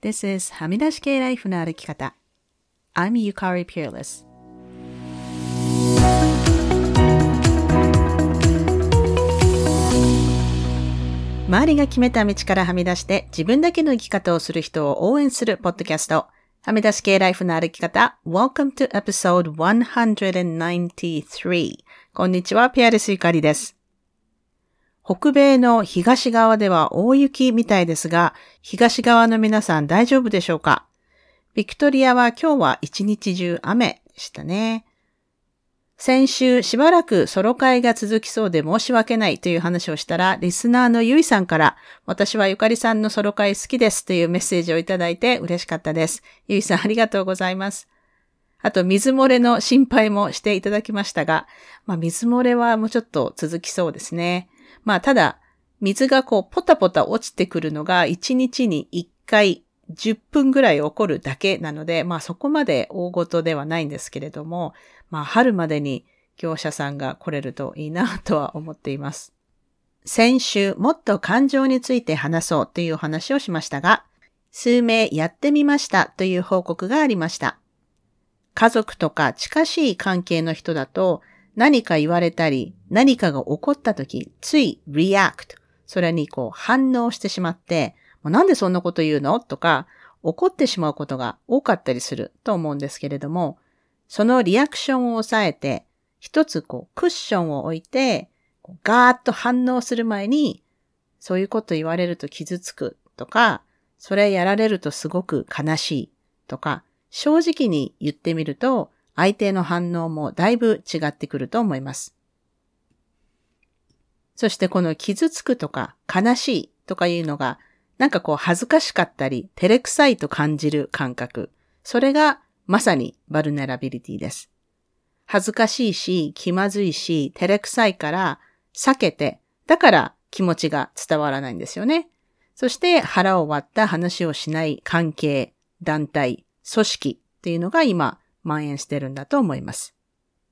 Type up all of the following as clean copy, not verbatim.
This is はみ出し系ライフの歩き方。I'm Yukari Peerless。周りが決めた道からはみ出して自分だけの生き方をする人を応援するポッドキャスト。はみ出し系ライフの歩き方。Welcome to episode 193。こんにちは、ピアレスゆかりです。北米の東側では大雪みたいですが、東側の皆さん大丈夫でしょうか？ビクトリアは今日は一日中雨でしたね。先週しばらくソロ会が続きそうで申し訳ないという話をしたら、リスナーのゆいさんから、私はゆかりさんのソロ会好きですというメッセージをいただいて嬉しかったです。ゆいさんありがとうございます。あと水漏れの心配もしていただきましたが、水漏れはもうちょっと続きそうですね。ただ、水がポタポタ落ちてくるのが1日に1回10分ぐらい起こるだけなので、そこまで大事ではないんですけれども、春までに業者さんが来れるといいなとは思っています。先週、もっと感情について話そうというお話をしましたが、数名やってみましたという報告がありました。家族とか近しい関係の人だと、何か言われたり、何かが起こったとき、つい react、それに反応してしまって、なんでそんなこと言うのとか、怒ってしまうことが多かったりすると思うんですけれども、そのリアクションを抑えて、一つクッションを置いて、ガーッと反応する前に、そういうこと言われると傷つくとか、それやられるとすごく悲しいとか、正直に言ってみると、相手の反応もだいぶ違ってくると思います。そしてこの傷つくとか悲しいとかいうのが恥ずかしかったり照れくさいと感じる感覚。それがまさにバルネラビリティです。恥ずかしいし気まずいし照れくさいから避けて、だから気持ちが伝わらないんですよね。そして腹を割った話をしない関係、団体、組織っていうのが今蔓延してるんだと思います。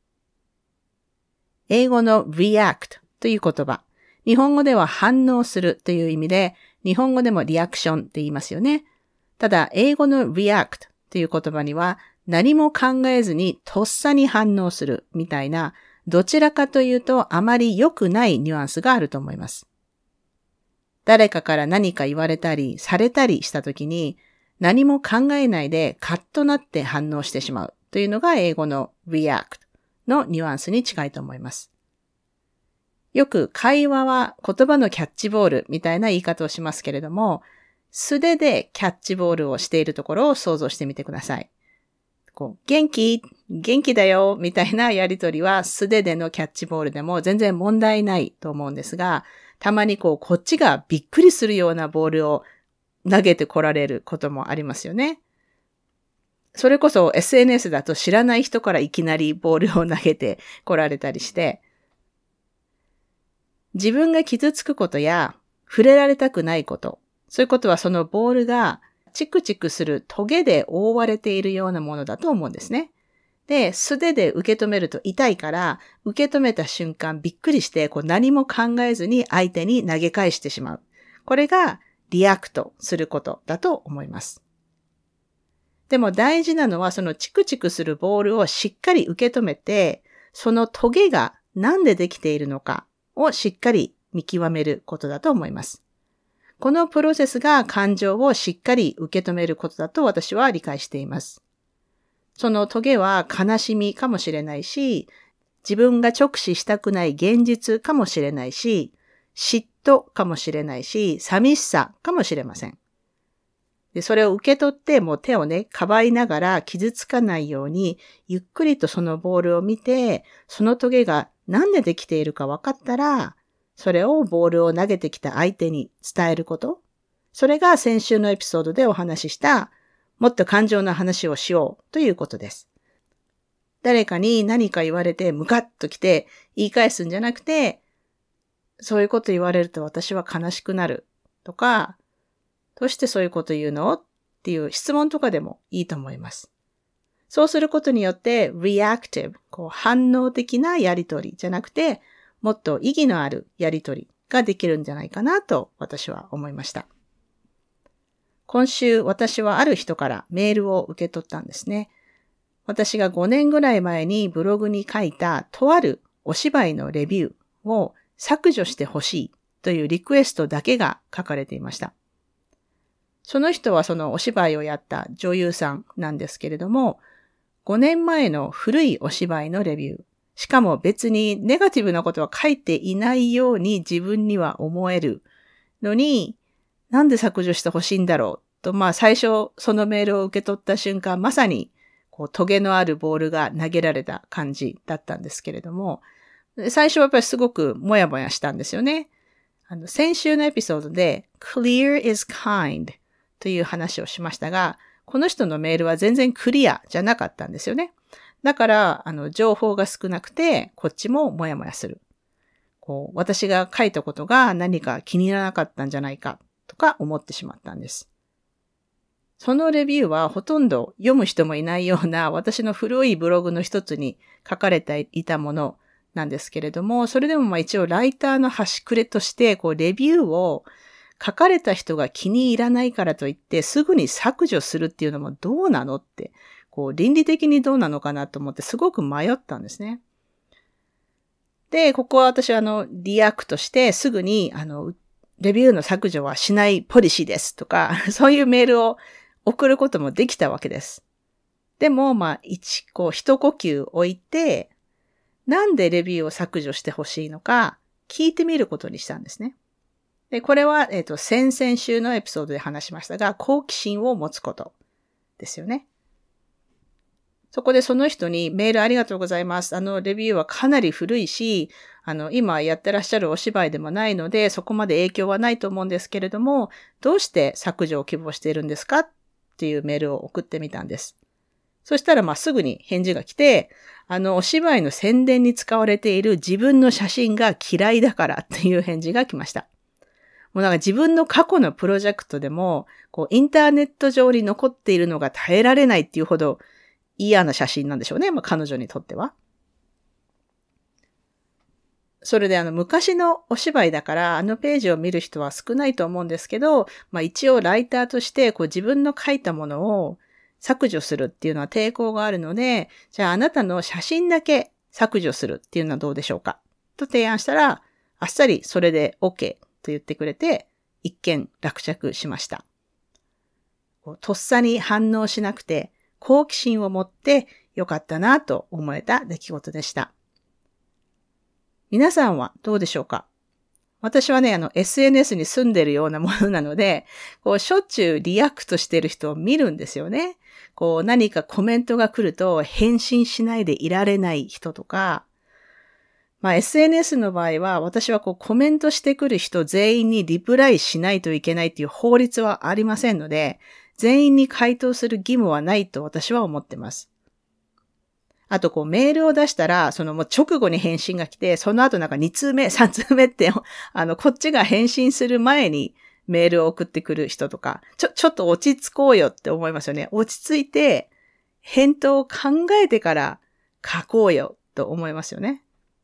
英語の react という言葉。日本語では反応するという意味で、日本語でもリアクションって言いますよね。ただ、英語の react という言葉には、何も考えずにとっさに反応するみたいな、どちらかというとあまり良くないニュアンスがあると思います。誰かから何か言われたりされたりしたときに、何も考えないでカッとなって反応してしまうというのが英語の react のニュアンスに近いと思います。よく会話は言葉のキャッチボールみたいな言い方をしますけれども、素手でキャッチボールをしているところを想像してみてください。元気だよみたいなやりとりは素手でのキャッチボールでも全然問題ないと思うんですが、たまにこっちがびっくりするようなボールを投げてこられることもありますよね。それこそ SNS だと知らない人からいきなりボールを投げてこられたりして、自分が傷つくことや触れられたくないこと、そういうことはそのボールがチクチクするトゲで覆われているようなものだと思うんですね。で、素手で受け止めると痛いから、受け止めた瞬間びっくりして何も考えずに相手に投げ返してしまう。これがリアクトすることだと思います。でも大事なのはそのチクチクするボールをしっかり受け止めて、そのトゲがなんでできているのかをしっかり見極めることだと思います。このプロセスが感情をしっかり受け止めることだと私は理解しています。そのトゲは悲しみかもしれないし、自分が直視したくない現実かもしれないし、嫉妬かもしれないし、寂しさかもしれません。で、それを受け取ってもう手をかばいながら傷つかないように、ゆっくりとそのボールを見て、そのトゲがなんでできているか分かったら、それをボールを投げてきた相手に伝えること。それが先週のエピソードでお話しした、もっと感情の話をしようということです。誰かに何か言われてムカッときて言い返すんじゃなくて、そういうこと言われると私は悲しくなるとか、どうしてそういうこと言うのっていう質問とかでもいいと思います。そうすることによって、reactive、反応的なやりとりじゃなくて、もっと意義のあるやりとりができるんじゃないかなと私は思いました。 今週私はある人からメールを受け取ったんですね。私が5年ぐらい前にブログに書いたとあるお芝居のレビューを削除してほしいというリクエストだけが書かれていました。その人はそのお芝居をやった女優さんなんですけれども、5年前の古いお芝居のレビュー、しかも別にネガティブなことは書いていないように自分には思えるのに、なんで削除してほしいんだろうと、最初そのメールを受け取った瞬間、まさにトゲのあるボールが投げられた感じだったんですけれども、最初はやっぱりすごくもやもやしたんですよね。先週のエピソードで clear is kind という話をしましたが、この人のメールは全然クリアじゃなかったんですよね。だから、情報が少なくて、こっちももやもやする。私が書いたことが何か気に入らなかったんじゃないかとか思ってしまったんです。そのレビューはほとんど読む人もいないような私の古いブログの一つに書かれていたものなんですけれども、それでも一応ライターの端くれとしてレビューを書かれた人が気に入らないからといってすぐに削除するっていうのもどうなのって、倫理的にどうなのかなと思ってすごく迷ったんですね。で、ここは私リアクとしてすぐにレビューの削除はしないポリシーですとか、そういうメールを送ることもできたわけです。でも、一呼吸置いて、なんでレビューを削除してほしいのか聞いてみることにしたんですね。で、これは、先々週のエピソードで話しましたが、好奇心を持つことですよね。そこでその人にメールありがとうございます。レビューはかなり古いし、今やってらっしゃるお芝居でもないので、そこまで影響はないと思うんですけれども、どうして削除を希望しているんですかっていうメールを送ってみたんです。そしたらすぐに返事が来て、お芝居の宣伝に使われている自分の写真が嫌いだからっていう返事が来ました。もう自分の過去のプロジェクトでも、インターネット上に残っているのが耐えられないっていうほど嫌な写真なんでしょうね。彼女にとっては。それで昔のお芝居だからページを見る人は少ないと思うんですけど、一応ライターとして自分の書いたものを削除するっていうのは抵抗があるので、じゃああなたの写真だけ削除するっていうのはどうでしょうかと提案したら、あっさりそれで OK と言ってくれて、一件落着しました。とっさに反応しなくて、好奇心を持ってよかったなと思えた出来事でした。皆さんはどうでしょうか？私はね、SNS に住んでるようなものなので、しょっちゅうリアクトしてる人を見るんですよね。何かコメントが来ると返信しないでいられない人とか、SNS の場合は私はコメントしてくる人全員にリプライしないといけないっていう法律はありませんので、全員に回答する義務はないと私は思ってます。あとメールを出したら、もう直後に返信が来て、その後2通目、3通目って、こっちが返信する前にメールを送ってくる人とか、ちょっと落ち着こうよって思いますよね。落ち着いて、返答を考えてから書こうよと思いますよね。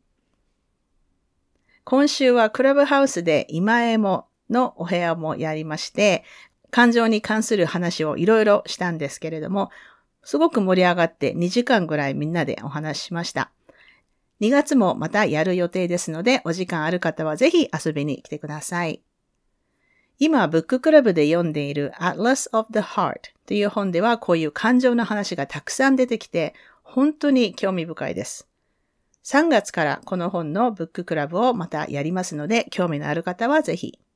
今週はクラブハウスで今エモのお部屋もやりまして、感情に関する話をいろいろしたんですけれども、すごく盛り上がって2時間ぐらいみんなでお話ししました。2月もまたやる予定ですので、お時間ある方はぜひ遊びに来てください。今、ブッククラブで読んでいる Atlas of the Heart という本ではこういう感情の話がたくさん出てきて、本当に興味深いです。3月からこの本のブッククラブをまたやりますので、興味のある方はぜひ。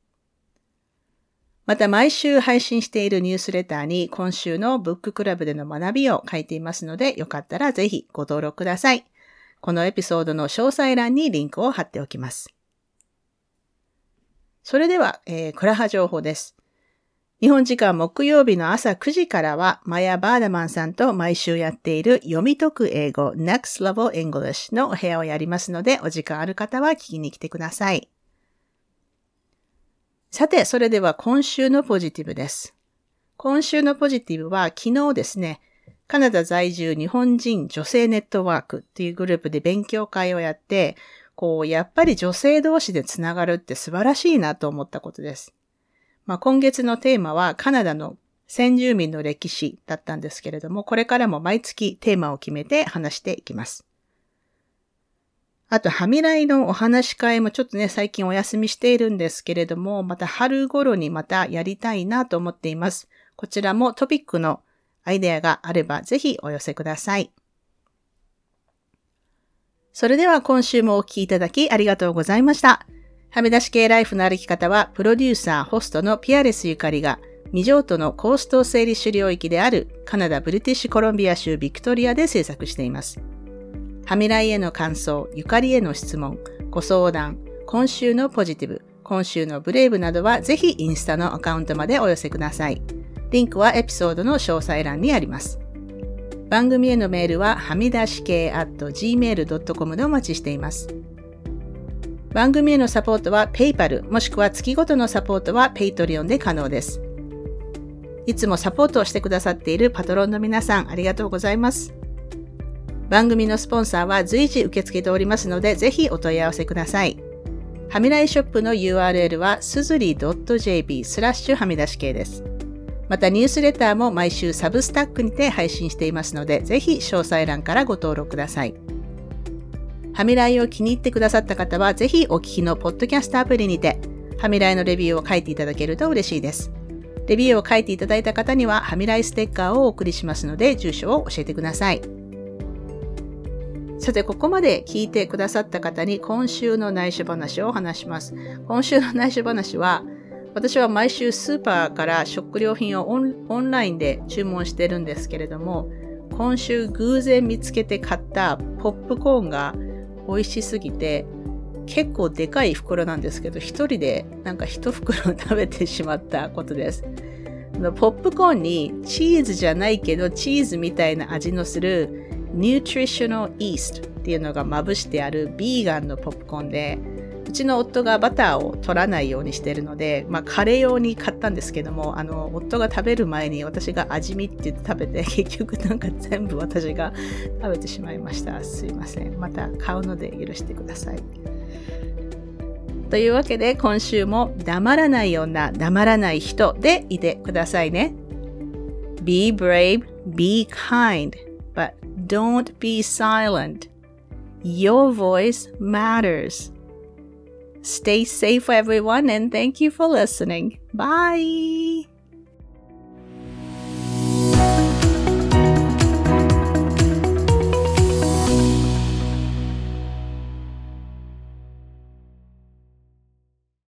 また毎週配信しているニュースレターに今週のブッククラブでの学びを書いていますので、よかったらぜひご登録ください。このエピソードの詳細欄にリンクを貼っておきます。それでは、クラハ情報です。日本時間木曜日の朝9時からは、マヤ・バーダマンさんと毎週やっている読み解く英語 Next Level English のお部屋をやりますので、お時間ある方は聞きに来てください。さて、それでは今週のポジティブです。今週のポジティブは昨日ですね、カナダ在住日本人女性ネットワークっていうグループで勉強会をやって、やっぱり女性同士でつながるって素晴らしいなと思ったことです。 今月のテーマはカナダの先住民の歴史だったんですけれども、これからも毎月テーマを決めて話していきます。あと、はみらいのお話し会もちょっとね、最近お休みしているんですけれども、また春頃にまたやりたいなと思っています。こちらもトピックのアイデアがあればぜひお寄せください。それでは今週もお聞きいただきありがとうございました。はみ出し系ライフの歩き方は、プロデューサー、ホストのピアレスゆかりが、未譲渡のコースト整理主領域であるカナダ・ブリティッシュコロンビア州ビクトリアで制作しています。はみらいへの感想、ゆかりへの質問、ご相談、今週のポジティブ、今週のブレイブなどはぜひインスタのアカウントまでお寄せください。リンクはエピソードの詳細欄にあります。番組へのメールははみ出し系@gmail.com でお待ちしています。番組へのサポートは PayPal もしくは月ごとのサポートは Patreon で可能です。いつもサポートをしてくださっているパトロンの皆さんありがとうございます。番組のスポンサーは随時受け付けておりますので、ぜひお問い合わせください。はみらいショップの URL は suzuri.jp/はみ出し系です。またニュースレターも毎週サブスタックにて配信していますので、ぜひ詳細欄からご登録ください。はみらいを気に入ってくださった方は、ぜひお聞きのポッドキャストアプリにて、はみらいのレビューを書いていただけると嬉しいです。レビューを書いていただいた方には、はみらいステッカーをお送りしますので、住所を教えてください。さて、ここまで聞いてくださった方に今週の内緒話を話します。今週の内緒話は、私は毎週スーパーから食料品をオンラインで注文してるんですけれども、今週偶然見つけて買ったポップコーンが美味しすぎて、結構でかい袋なんですけど、一人で一袋食べてしまったことです。ポップコーンにチーズじゃないけどチーズみたいな味のするNutritional Yeast っていうのがまぶしてあるビーガンのポップコーンで、うちの夫がバターを取らないようにしてるので、カレー用に買ったんですけども、夫が食べる前に私が味見って言って食べて、結局全部私が食べてしまいました。すいません。また買うので許してください。というわけで今週も黙らない女、黙らない人でいてくださいね。Be brave, be kind.But don't be silent. Your voice matters. Stay safe, everyone, and thank you for listening. Bye!